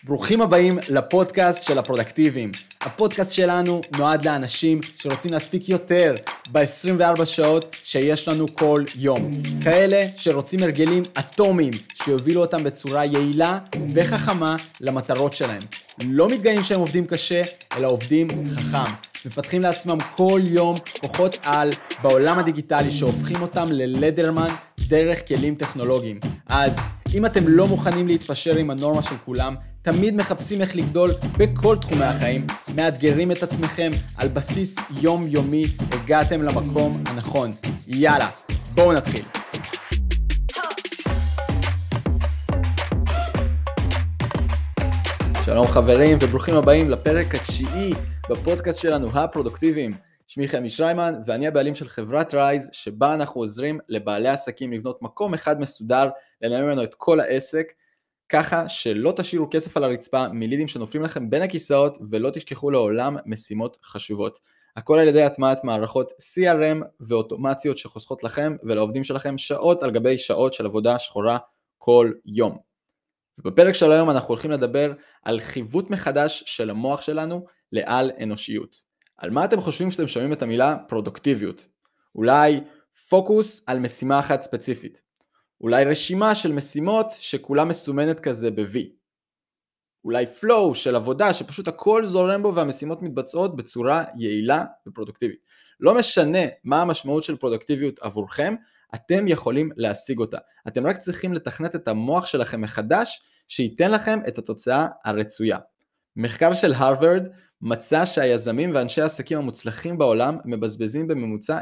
ברוכים הבאים לפודקאסט של הפרודקטיביים. הפודקאסט שלנו נועד לאנשים שרוצים להספיק יותר ב-24 שעות שיש לנו כל יום. כאלה שרוצים הרגלים אטומיים שיובילו אותם בצורה יעילה וחכמה למטרות שלהם. לא מתגאים שהם עובדים קשה, אלא עובדים חכם. מפתחים לעצמם כל יום כוחות על בעולם הדיגיטלי שהופכים אותם ללדרמן דרך כלים טכנולוגיים. אז אם אתם לא מוכנים להתפשר עם הנורמה של כולם, תמיד מחפשים איך לגדול בכל תחומי החיים, מאתגרים את עצמכם על בסיס יומיומי, הגעתם למקום הנכון. יאללה, בואו נתחיל. שלום חברים וברוכים הבאים לפרק התשיעי בפודקאסט שלנו הפרודוקטיביים. שמי חמי שריימן ואני הבעלים של חברת רייז, שבה אנחנו עוזרים לבעלי עסקים לבנות מקום אחד מסודר, לנהל ממנו את כל העסק, ככה שלא תשאירו כסף על הרצפה מלידים שנופלים לכם בין הכיסאות ולא תשכחו לעולם משימות חשובות. הכל על ידי הטמעת מערכות CRM ואוטומציות שחוסכות לכם ולעובדים שלכם שעות על גבי שעות של עבודה שחורה כל יום. ובפרק של היום אנחנו הולכים לדבר על חיווט מחדש של המוח שלנו לעל אנושיות. על מה אתם חושבים שאתם שומעים את המילה פרודוקטיביות? אולי פוקוס על משימה אחת ספציפית. אולי רשימה של משימות שכולה מסומנת כזה ב-V. אולי flow של עבודה שפשוט הכל זורם בו והמשימות מתבצעות בצורה יעילה ופרודוקטיבית. לא משנה מה המשמעות של פרודוקטיביות עבורכם, אתם יכולים להשיג אותה. אתם רק צריכים לתכנת את המוח שלכם מחדש שייתן לכם את התוצאה הרצויה. מחקר של הרווארד מצא שהיזמים ואנשי העסקים המוצלחים בעולם מבזבזים בממוצע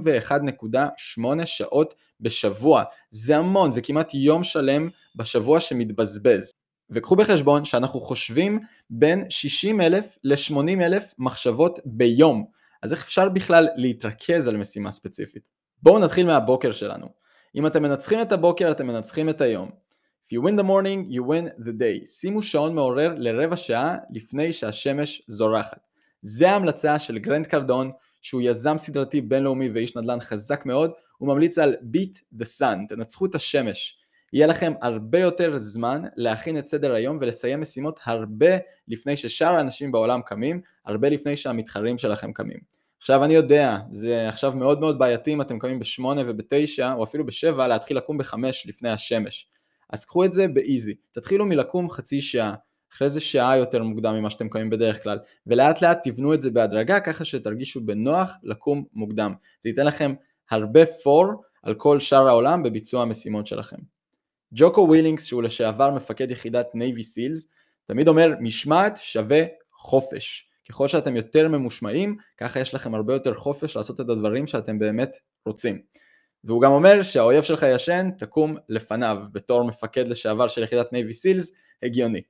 21.8 שעות בשבוע. זה המון, זה כמעט יום שלם בשבוע שמתבזבז. וקחו בחשבון שאנחנו חושבים בין 60,000 ל-80,000 מחשבות ביום. אז איך אפשר בכלל להתרכז על משימה ספציפית? בואו נתחיל מהבוקר שלנו. אם אתם מנצחים את הבוקר, אתם מנצחים את היום. If you win the morning, you win the day. שימו שעון מעורר לרבע שעה לפני שהשמש זורחת. זה ההמלצה של גרנט קרדון, שהוא יזם סדרתי בינלאומי ואיש נדל"ן חזק מאוד. הוא ממליץ על beat the sun, תנצחו את השמש. יהיה לכם הרבה יותר זמן להכין את סדר היום ולסיים משימות הרבה לפני ששאר האנשים בעולם קמים, הרבה לפני שהמתחרים שלכם קמים. עכשיו אני יודע, זה עכשיו מאוד מאוד בעייתי אם אתם קמים ב8 וב9 או אפילו ב7 להתחיל לקום ב5 לפני השמש. אז קחו את זה באיזי, תתחילו מלקום חצי שעה, אחרי זה שעה יותר מוקדם ממה שאתם קמים בדרך כלל, ולאט לאט תבנו את זה בהדרגה ככה שתרגישו בנוח לקום מוקדם. זה ייתן לכם הרבה פור על כל שאר העולם בביצוע המשימות שלכם. ג'וקו ווילינגס, שהוא לשעבר מפקד יחידת נייבי סילס, תמיד אומר משמעת שווה חופש. ככל שאתם יותר ממושמעים, ככה יש לכם הרבה יותר חופש לעשות את הדברים שאתם באמת רוצים. והוא גם אומר שהאויב שלך ישן, תקום לפניו, בתור מפקד לשעבר של יחידת נייבי סילס, הגיוני.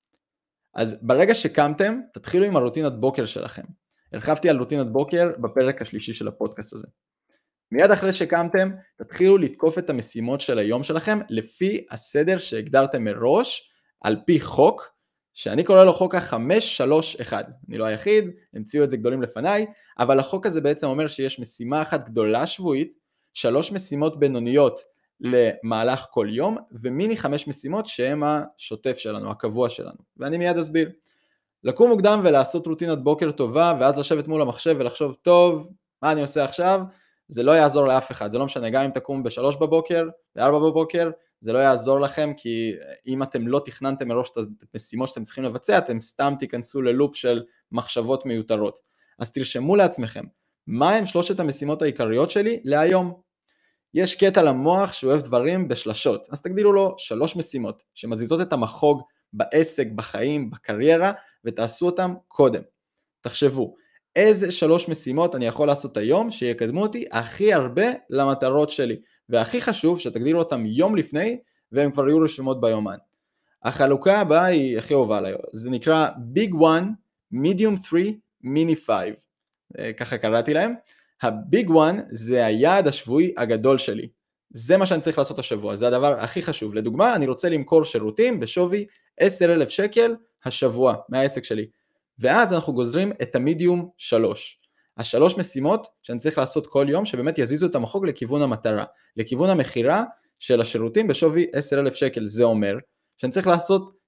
אז ברגע שקמתם, תתחילו עם הרוטינת בוקר שלכם. הרחבתי על רוטינת בוקר בפרק השלישי של הפודקאסט הזה. מיד אחרי שקמתם, תתחילו לתקוף את המשימות של היום שלכם, לפי הסדר שהגדרתם מראש, על פי חוק, שאני קורא לו חוק ה-5-3-1. אני לא היחיד, המציאו את זה גדולים לפניי, אבל החוק הזה בעצם אומר שיש משימה אחת גדולה שבועית, 3 משימות בינוניות למהלך כל יום, ומיני 5 משימות שהם השוטף שלנו, הקבוע שלנו. ואני מיד אסביר. לקום מוקדם ולעשות רוטינת בוקר טובה, ואז לשבת מול המחשב ולחשוב, טוב, מה אני עושה עכשיו? זה לא יעזור לאף אחד, זה לא משנה, גם אם תקום ב3 בבוקר, ב4 בבוקר, זה לא יעזור לכם, כי אם אתם לא תכננתם מראש את המשימות שאתם צריכים לבצע, אתם סתם תיכנסו ללופ של מחשבות מיותרות. אז תרשמו לעצמכם, מה הם 3 המשימות העיקריות שלי להיום? יש קטע למוח שאוהב דברים בשלשות, אז תגדילו לו 3 משימות, שמזיזות את המחוג בעסק, בחיים, בקריירה, ותעשו אותם קודם. תחשבו, איזה 3 משימות אני יכול לעשות היום שיקדמו אותי הכי הרבה למטרות שלי, והכי חשוב שתגדילו אותם יום לפני והם כבר יהיו רשומות ביומן. החלוקה הבאה היא הכי אהובה עליי, זה נקרא Big 1, Medium 3, Mini 5, ככה קראתי להם. ה-Big 1 זה היעד השבועי הגדול שלי, זה מה שאני צריך לעשות השבוע, זה הדבר הכי חשוב. לדוגמה, אני רוצה למכור שירותים בשווי 10,000 שקל השבוע מהעסק שלי, ואז אנחנו גוזרים את המדיום 3. ה3 משימות שאני צריך לעשות כל יום שבאמת יזיזו את המחוג לכיוון המטרה, לכיוון המחירה של השירותים בשווי 10,000 שקל. זה אומר שאני צריך לעשות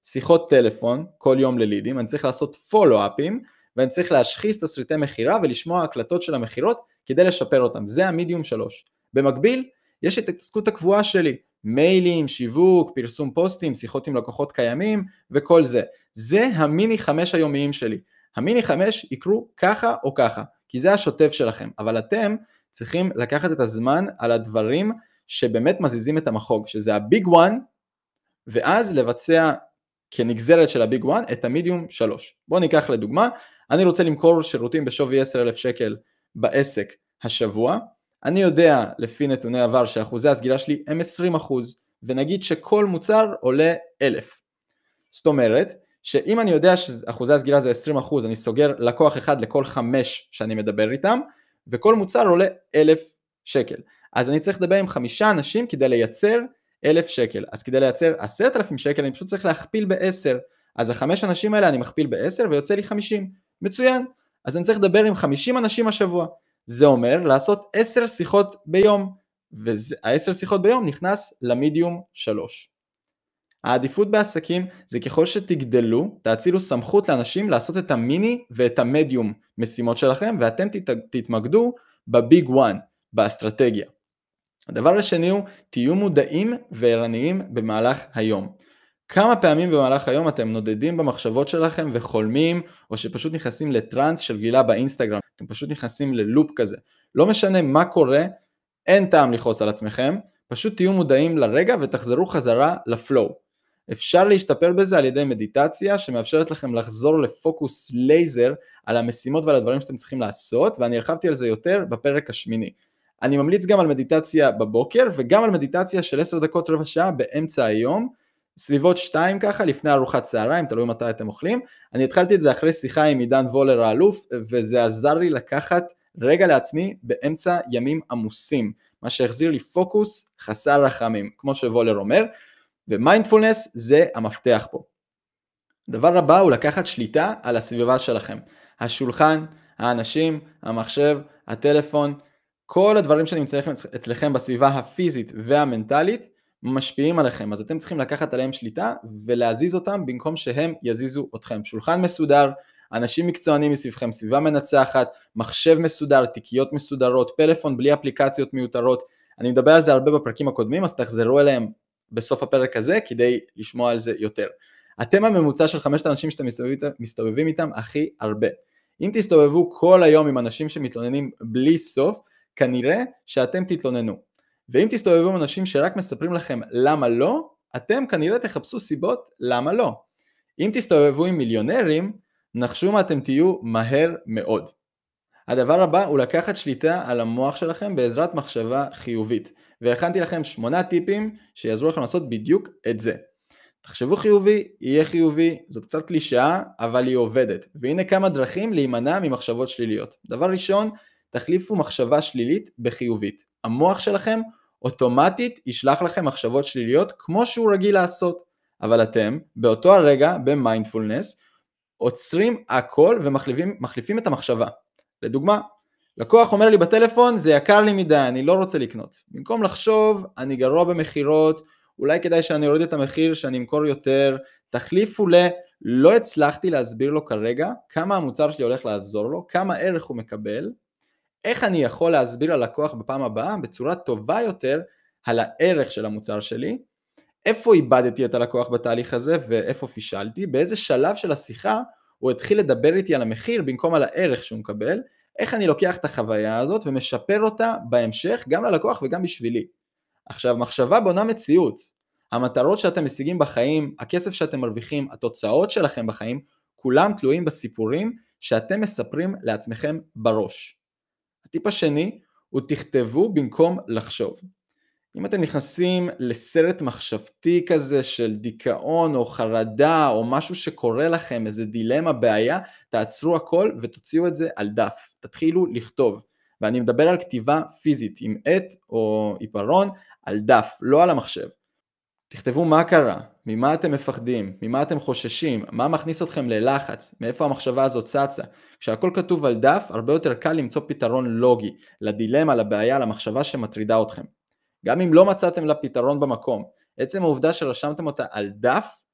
שיחות טלפון כל יום ללידים, אני צריך לעשות פולו-אפים, ואני צריך להשחיז תסריטי מחירה ולשמוע הקלטות של המחירות כדי לשפר אותם. זה המדיום 3. במקביל, יש את ההתעסקות הקבועה שלי, מיילים, שיווק, פרסום פוסטים, שיחות עם לקוחות קיימים וכל זה. זה המיני 5 היומיים שלי. המיני 5 יקרו ככה או ככה, כי זה השוטף שלכם, אבל אתם צריכים לקחת את הזמן על הדברים שבאמת מזיזים את המחוג, שזה הביג וואן, ואז לבצע כנגזרת של הביג וואן את המדיום 3. בואו ניקח לדוגמה, אני רוצה למכור שירותים בשווי 10,000 שקל בעסק השבוע, אני יודע לפי נתוני עבר שאחוזי הסגירה שלי הם 20%, ונגיד שכל מוצר עולה 1,000. זאת אומרת, שאם אני יודע שאחוזי הסגירה זה 20%, אני סוגר לקוח אחד לכל 5 שאני מדבר איתם, וכל מוצר עולה 1,000 שקל. אז אני צריך לדבר עם 5 אנשים כדי לייצר 1,000 שקל. אז כדי לייצר 10,000 שקל, אני פשוט צריך להכפיל ב-10. אז ה5 אנשים האלה אני מכפיל ב-10 ויוצא לי 50. מצוין. אז אני צריך לדבר עם 50 אנשים השבוע. זה אומר לעשות 10 שיחות ביום. וה10 שיחות ביום נכנס למדיום 3. העדיפות בעסקים זה ככל שתגדלו, תאצילו סמכות לאנשים לעשות את המיני ואת המדיום משימות שלכם, ואתם תתמקדו בביג וואן, באסטרטגיה. הדבר השני הוא, תהיו מודעים וערניים במהלך היום. כמה פעמים במהלך היום אתם נודדים במחשבות שלכם וחולמים, או שפשוט נכנסים לטרנס של גלילה באינסטגרם, אתם פשוט נכנסים ללופ כזה. לא משנה מה קורה, אין טעם לכעוס על עצמכם, פשוט תהיו מודעים לרגע ותחזרו חזרה לפלואו. אפשר להשתפר בזה על ידי מדיטציה שמאפשרת לכם לחזור לפוקוס לייזר על המשימות ועל הדברים שאתם צריכים לעשות, ואני הרחבתי על זה יותר בפרק השמיני. אני ממליץ גם על מדיטציה בבוקר וגם על מדיטציה של 10 דקות רבע שעה באמצע היום, סביבות 2 ככה לפני ארוחת צהריים, תלוי מתי אתם אוכלים. אני התחלתי את זה אחרי שיחה עם עידן וולר האלוף, וזה עזר לי לקחת רגע לעצמי באמצע ימים עמוסים, מה שהחזיר לי פוקוס חסר רחמים, כמו שוולר אומר, ומיינדפולנס זה המפתח פה. הדבר הבא הוא לקחת שליטה על הסביבה שלכם. השולחן, האנשים, המחשב, הטלפון, כל הדברים שנמצאים אצלכם בסביבה הפיזית והמנטלית משפיעים עליכם, אז אתם צריכים לקחת עליהם שליטה ולהזיז אותם במקום שהם יזיזו אתכם. שולחן מסודר, אנשים מקצוענים מסביבכם, סביבה מנצחת, מחשב מסודר, תיקיות מסודרות, פלאפון בלי אפליקציות מיותרות. אני מדבר על זה הרבה בפרקים הקודמים, אז תחזרו אליהם בסוף הפרק הזה כדי לשמוע על זה יותר. אתם הממוצע של 5 אנשים שאתם מסתובבים איתם הכי הרבה. אם תסתובבו כל היום עם אנשים שמתלוננים בלי סוף, כנראה שאתם תתלוננו. ואם תסתובבו עם אנשים שרק מספרים לכם למה לא, אתם כנראה תחפשו סיבות למה לא. אם תסתובבו עם מיליונרים, נחשו מה אתם תהיו מהר מאוד. הדבר הבא הוא לקחת שליטה על המוח שלכם בעזרת מחשבה חיובית. והכנתי לכם 8 טיפים שיעזרו לכם לעשות בדיוק את זה. תחשבו חיובי, יהיה חיובי, זאת קצת קלישאה, אבל היא עובדת. והנה כמה דרכים להימנע ממחשבות שליליות. דבר ראשון, תחליפו מחשבה שלילית בחיובית. המוח שלכם אוטומטית ישלח לכם מחשבות שליליות כמו שהוא רגיל לעשות. אבל אתם, באותו הרגע, במיינדפולנס, עוצרים הכל ומחליפים את המחשבה. לדוגמה, לקוח אומר לי בטלפון, זה יקר לי מדי, אני לא רוצה לקנות. במקום לחשוב, אני גרוע במחירות, אולי כדאי שאני אוריד את המחיר, שאני אמכור יותר, תחליפו לא הצלחתי להסביר לו כרגע, כמה המוצר שלי הולך לעזור לו, כמה ערך הוא מקבל, איך אני יכול להסביר ללקוח בפעם הבאה, בצורה טובה יותר, על הערך של המוצר שלי, איפה איבדתי את הלקוח בתהליך הזה, ואיפה פישלתי, באיזה שלב של השיחה, הוא התחיל לדבר איתי על המחיר, במקום על הערך שהוא מקבל, איך אני לוקח את החוויה הזאת, ומשפר אותה בהמשך, גם ללקוח וגם בשבילי. עכשיו, מחשבה בונה מציאות. המטרות שאתם משיגים בחיים, הכסף שאתם מרוויחים, התוצאות שלכם בחיים, כולם תלויים בסיפורים שאתם מספרים לעצמכם בראש. הטיפ השני הוא תכתבו במקום לחשוב. אם אתם נכנסים לסרט מחשבתי כזה של דיכאון או חרדה או משהו שקורה לכם, איזה דילמה, בעיה, תעצרו הכל ותוציאו את זה על דף. תתחילו לכתוב. ואני מדבר על כתיבה פיזית עם עט או עיפרון על דף, לא על המחשב. תכתבו מה קרה, ממה אתם מפחדים, ממה אתם חוששים, מה מכניס אתכם ללחץ, מאיפה המחשבה הזאת צצה. כשהכל כתוב על דף, הרבה יותר קל למצוא פתרון לוגי, לדילמה, לבעיה, למחשבה שמטרידה אתכם. גם אם לא מצאתם לה פתרון במקום, עצם העובדה שרשמתם אותה על דף,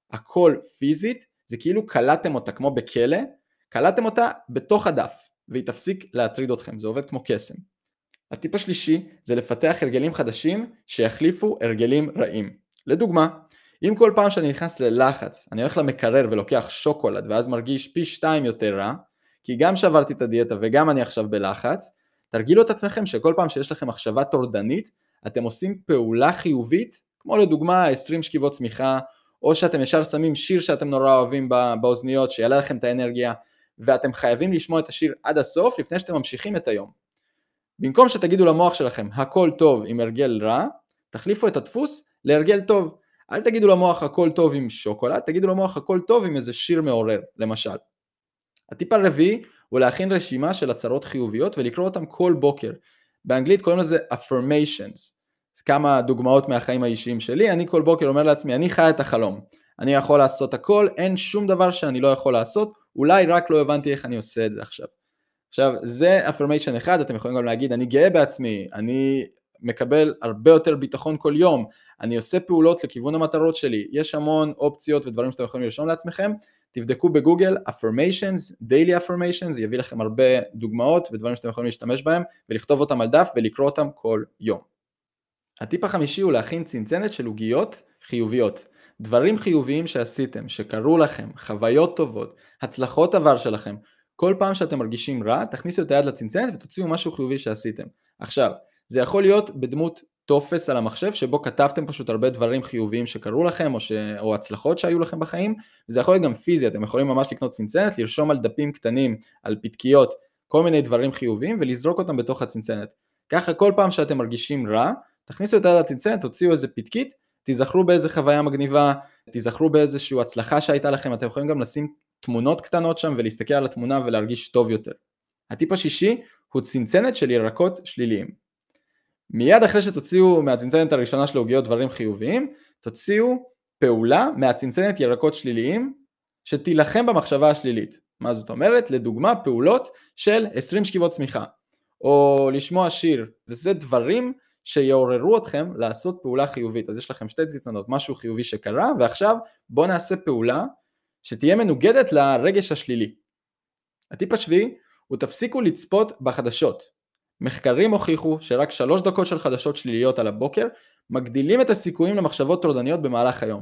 הכל פיזית, זה כאילו קלטתם אותה כמו בכלא, קלטתם אותה בתוך הדף, והיא תפסיק להטריד אתכם, זה עובד כמו קסם. הטיפ השלישי זה לפתח הרגלים חדשים שיחליפו הרגלים רעים. לדוגמה, אם כל פעם שאני נכנס ללחץ, אני הולך למקרר ולוקח שוקולד ואז מרגיש פי 2 יותר רע, כי גם שברתי את הדיאטה וגם אני עכשיו בלחץ, תרגילו את עצמכם שכל פעם שיש לכם מחשבה טורדנית, אתם עושים פעולה חיובית, כמו לדוגמה 20 שכיבות צמיחה, או שאתם ישר שמים שיר שאתם נורא אוהבים באוזניות, שיעלה לכם את האנרגיה, ואתם חייבים לשמוע את השיר עד הסוף לפני שאתם ממשיכים את היום. במקום שתגידו למוח שלכם הכל טוב עם הרגל רע, תחליפו את הדפוס להרגל טוב. אל תגידו למוח הכל טוב עם שוקולד, תגידו למוח הכל טוב עם איזה שיר מעורר, למשל. הטיפ הרביעי הוא להכין רשימה של הצהרות חיוביות ולקרוא אותם כל בוקר. באנגלית קוראים לזה affirmations. כמה דוגמאות מהחיים האישיים שלי, אני כל בוקר אומר לעצמי, אני חי את החלום. אני יכול לעשות הכל, אין שום דבר שאני לא יכול לעשות, אולי רק לא הבנתי איך אני עושה את זה עכשיו. עכשיו, זה affirmation אחד, אתם יכולים גם להגיד, אני גאה בעצמי, אני מקבל הרבה יותר ביטחון כל יום, אני עושה פעולות לכיוון המטרות שלי, יש המון אופציות ודברים שאתם יכולים לרשום לעצמכם, תבדקו בגוגל affirmations, daily affirmations, יביא לכם הרבה דוגמאות ודברים שאתם יכולים להשתמש בהם, ולכתוב אותם על דף ולקרוא אותם כל יום. הטיפ החמישי הוא להכין צנצנת של עוגיות חיוביות. דברים חיוביים שעשיתם, שקרו לכם, חוויות טובות, הצלחות עבר שלכם, כל פעם שאתם מרגישים רע, תכניסו את היד לצנצנת ותוציאו משהו חיובי שעשיתם. עכשיו, זה יכול להיות בדמות טופס על המחשב, שבו כתבתם פשוט הרבה דברים חיוביים שקרו לכם, או הצלחות שהיו לכם בחיים, וזה יכול להיות גם פיזי, אתם יכולים ממש לקנות צנצנת, לרשום על דפים קטנים, על פתקיות, כל מיני דברים חיוביים, ולזרוק אותם בתוך הצנצנת. ככה כל פעם שאתם מרגישים רע, תכניסו את היד לצנצנת, תוציאו איזה פתקית, תיזכרו באיזה חוויה מגניבה, תיזכרו באיזושהי הצלחה שהייתה לכם, אתם יכולים גם לשים תמונות קטנות שם ולהסתכל על התמונה ולהרגיש טוב יותר. הטיפ השישי הוא צנצנת של ירקות שליליים. מיד אחרי שתוציאו מהצנצנת הראשונה של העוגיות דברים חיוביים, תוציאו פעולה מהצנצנת ירקות שליליים שתילחם במחשבה השלילית. מה זאת אומרת? לדוגמה פעולות של 20 שכיבות צמיחה, או לשמוע שיר, וזה דברים שיעוררו אתכם לעשות פעולה חיובית. אז יש לכם שתי צנצנות, משהו חיובי שקרה, ועכשיו בואו נעשה פעולה שתהיה מנוגדת לרגש השלילי. הטיפ השביעי הוא תפסיקו לצפות בחדשות. מחקרים הוכיחו שרק 3 דקות של חדשות שליליות על הבוקר מגדילים את הסיכויים למחשבות טורדניות במהלך היום.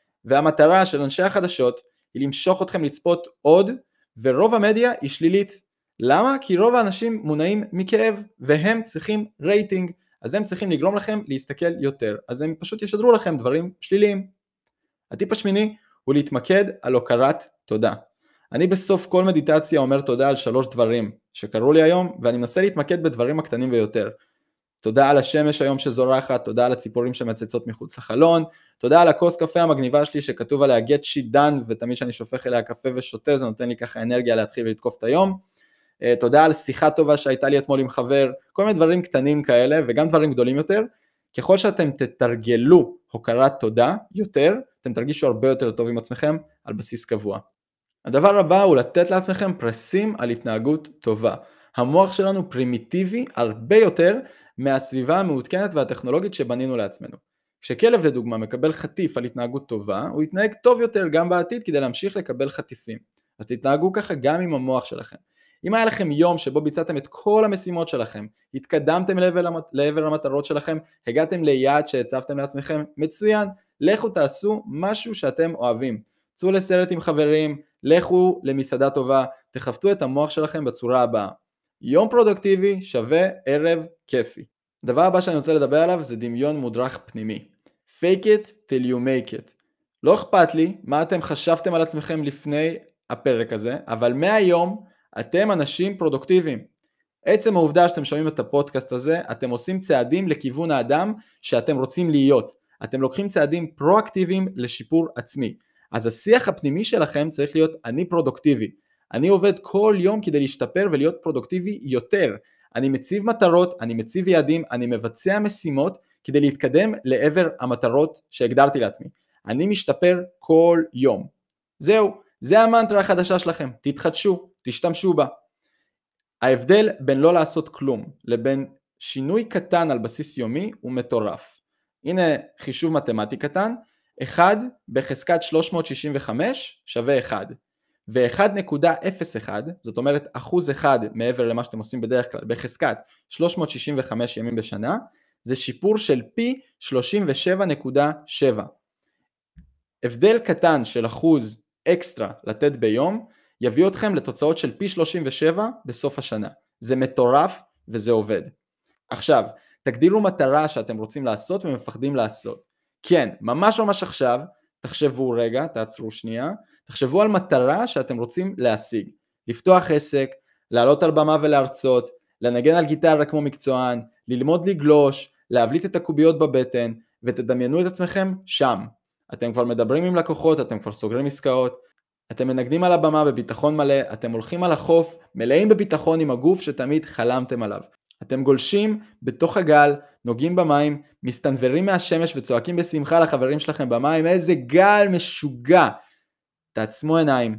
והמטרה של אנשי החדשות היא למשוך אתכם לצפות עוד, ורוב המדיה היא שלילית. למה? כי רוב האנשים מונעים מכאב, והם צריכים רייטינג, אז הם צריכים לגרום לכם להסתכל יותר, אז הם פשוט ישדרו לכם דברים שליליים. הטיפ השמיני הוא להתמקד על הוקרת תודה. אני בסוף כל מדיטציה אומר תודה על 3 דברים שקרו לי היום, ואני מנסה להתמקד בדברים הקטנים ביותר. תודה על השמש היום שזורחת, תודה על הציפורים שמצצות מחוץ לחלון, תודה על הכוס קפה המגניבה שלי שכתוב עליה get shit done, ותמיד שאני שופך אליה קפה ושותה, זה נותן לי ככה אנרגיה להתחיל ולתקוף את היום. תודה על שיחה טובה שהייתה לי אתמול עם חבר, כל מיני דברים קטנים כאלה, וגם דברים גדולים יותר. ככל שאתם תתרגלו הוקרת תודה יותר, אתם תרגישו הרבה יותר טוב עם עצמכם על בסיס קבוע. הדבר הבא הוא לתת לעצמכם פרסים על התנהגות טובה. המוח שלנו פרימיטיבי הרבה יותר מהסביבה המעודכנת והטכנולוגית שבנינו לעצמנו. כשכלב לדוגמה מקבל חטיף על התנהגות טובה, הוא יתנהג טוב יותר גם בעתיד כדי להמשיך לקבל חטיפים. אז תתנהגו ככה גם עם המוח שלכם. אם היה לכם יום שבו ביצעתם את כל המשימות שלכם, התקדמתם לעבר המטרות שלכם, הגעתם ליעד שהצבתם לעצמכם, מצוין, לכו תעשו משהו שאתם אוהבים. צאו לסרט עם חברים, לכו למסעדה טובה, תחפתו את המוח שלכם בצורה הבאה. יום פרודוקטיבי שווה ערב כיפי. הדבר הבא שאני רוצה לדבר עליו זה דמיון מודרך פנימי. Fake it till you make it. לא אכפת לי מה אתם חשבתם על עצמכם לפני הפרק הזה, אבל מהיום אתם אנשים פרודוקטיביים. עצם העובדה שאתם שומעים את הפודקאסט הזה, אתם עושים צעדים לכיוון האדם שאתם רוצים להיות. אתם לוקחים צעדים פרואקטיביים לשיפור עצמי. אז השיח הפנימי שלכם צריך להיות אני פרודוקטיבי. אני עובד כל יום כדי להשתפר ולהיות פרודוקטיבי יותר. אני מציב מטרות, אני מציב יעדים, אני מבצע משימות כדי להתקדם לעבר המטרות שהגדרתי לעצמי. אני משתפר כל יום. זהו, זה המנטרה החדשה שלכם. תתחדשו, תשתמשו בה. ההבדל בין לא לעשות כלום לבין שינוי קטן על בסיס יומי הוא מטורף. הנה חישוב מתמטי קטן. 1 בחזקת 365 שווה 1, ו-1.01, זאת אומרת 1% מעבר למה שאתם עושים בדרך כלל, בחזקת 365 ימים בשנה, זה שיפור של פי 37.7. הבדל קטן של אחוז אקסטרה לתת ביום, יביא אתכם לתוצאות של פי 37 בסוף השנה. זה מטורף וזה עובד. עכשיו, תגדילו מטרה שאתם רוצים לעשות ומפחדים לעשות. כן, ממש עכשיו, תחשבו רגע, תעצרו שנייה, תחשבו על מטרה שאתם רוצים להשיג. לפתוח עסק, לעלות על במה ולהרצות, לנגן על גיטרה כמו מקצוען, ללמוד לגלוש, להבליט את הקוביות בבטן, ותדמיינו את עצמכם שם. אתם כבר מדברים עם לקוחות, אתם כבר סוגרים עסקאות, אתם מנגנים על הבמה בביטחון מלא, אתם הולכים על החוף, מלאים בביטחון עם הגוף שתמיד חלמתם עליו. אתם גולשים בתוך הגל, נוגעים במים, מסתנוורים מהשמש וצועקים בשמחה לחברים שלכם במים, איזה גל משוגע. תעצמו עיניים,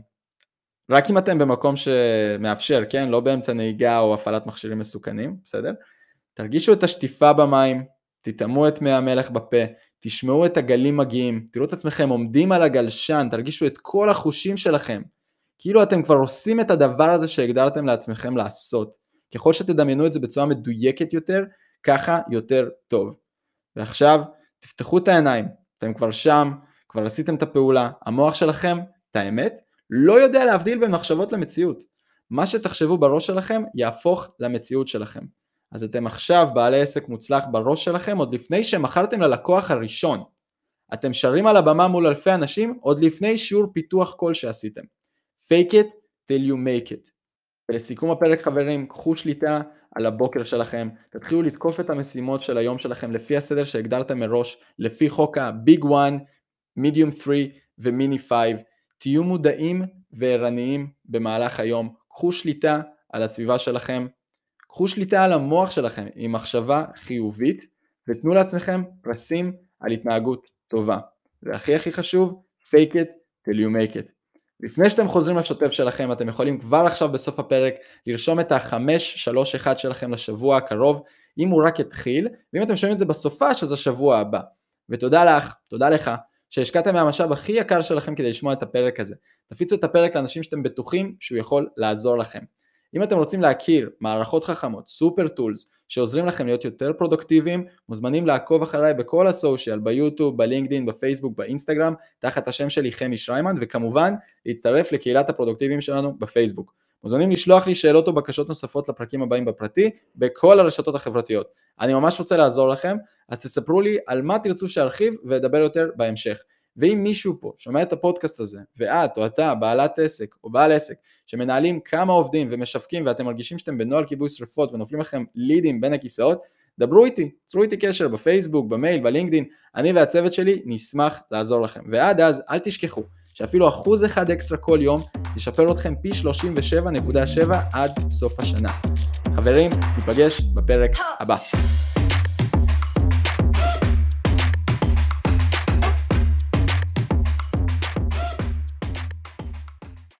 רק אם אתם במקום שמאפשר, כן? לא באמצע נהיגה או הפעלת מכשירים מסוכנים, בסדר? תרגישו את השטיפה במים, תטעמו את מי המלח בפה, תשמעו את הגלים מגיעים, תראו את עצמכם עומדים על הגלשן, תרגישו את כל החושים שלכם, כאילו אתם כבר עושים את הדבר הזה שהגדרתם לעצמכם לעשות. ככל שתדמיינו את זה בצורה מדויקת יותר, ככה יותר טוב. ועכשיו תפתחו את העיניים, אתם כבר שם, כבר עשיתם את הפעולה, המוח שלכם, את האמת, לא יודע להבדיל בין מחשבות למציאות. מה שתחשבו בראש שלכם יהפוך למציאות שלכם. אז אתם עכשיו בעלי עסק מוצלח בראש שלכם עוד לפני שמכרתם ללקוח הראשון. אתם שרים על הבמה מול אלפי אנשים עוד לפני שיעור פיתוח כל שעשיתם. Fake it till you make it. ולסיכום הפרק חברים, קחו שליטה על הבוקר שלכם, תתחילו לתקוף את המשימות של היום שלכם לפי הסדר שהגדרתם מראש, לפי חוק ה-Big 1, Medium 3 ו-Mini 5, תהיו מודעים וערניים במהלך היום, קחו שליטה על הסביבה שלכם, קחו שליטה על המוח שלכם עם מחשבה חיובית, ותנו לעצמכם פרסים על התנהגות טובה. והכי חשוב, fake it till you make it. לפני שאתם חוזרים לשוטף שלכם, אתם יכולים כבר עכשיו בסוף הפרק לרשום את ה-531 שלכם לשבוע הקרוב, אם הוא רק יתחיל, ואם אתם שומעים את זה בסופה, שזה השבוע הבא. ותודה לך, תודה לך, שהשקעתם מהמשאב הכי יקר שלכם כדי לשמוע את הפרק הזה. תפיצו את הפרק לאנשים שאתם בטוחים שהוא יכול לעזור לכם. אם אתם רוצים להכיר מערכות חכמות, סופר טולס, שעוזרים לכם להיות יותר פרודוקטיביים, מוזמנים לעקוב אחריי בכל הסושיאל, ביוטיוב, בלינקדין, בפייסבוק, באינסטגרם, תחת השם שלי חמי שריימן, וכמובן להצטרף לקהילת הפרודוקטיביים שלנו בפייסבוק. מוזמנים לשלוח לי שאלות או בקשות נוספות לפרקים הבאים בפרטי, בכל הרשתות החברתיות. אני ממש רוצה לעזור לכם, אז תספרו לי על מה תרצו שארחיב ואדבר יותר בהמשך. ואם מישהו פה שומע את הפודקאסט הזה, ואת או אתה בעלת עסק או בעל עסק, שמנהלים כמה עובדים ומשווקים ואתם מרגישים שאתם בנוהל כיבוי שריפות ונופלים לכם לידים בין הכיסאות, דברו איתי, צרו איתי קשר בפייסבוק, במייל, בלינקדין, אני והצוות שלי נשמח לעזור לכם. ועד אז אל תשכחו שאפילו 1% אקסטרה כל יום ישפר אתכם פי 37.7 עד סוף השנה. חברים, ניפגש בפרק הבא.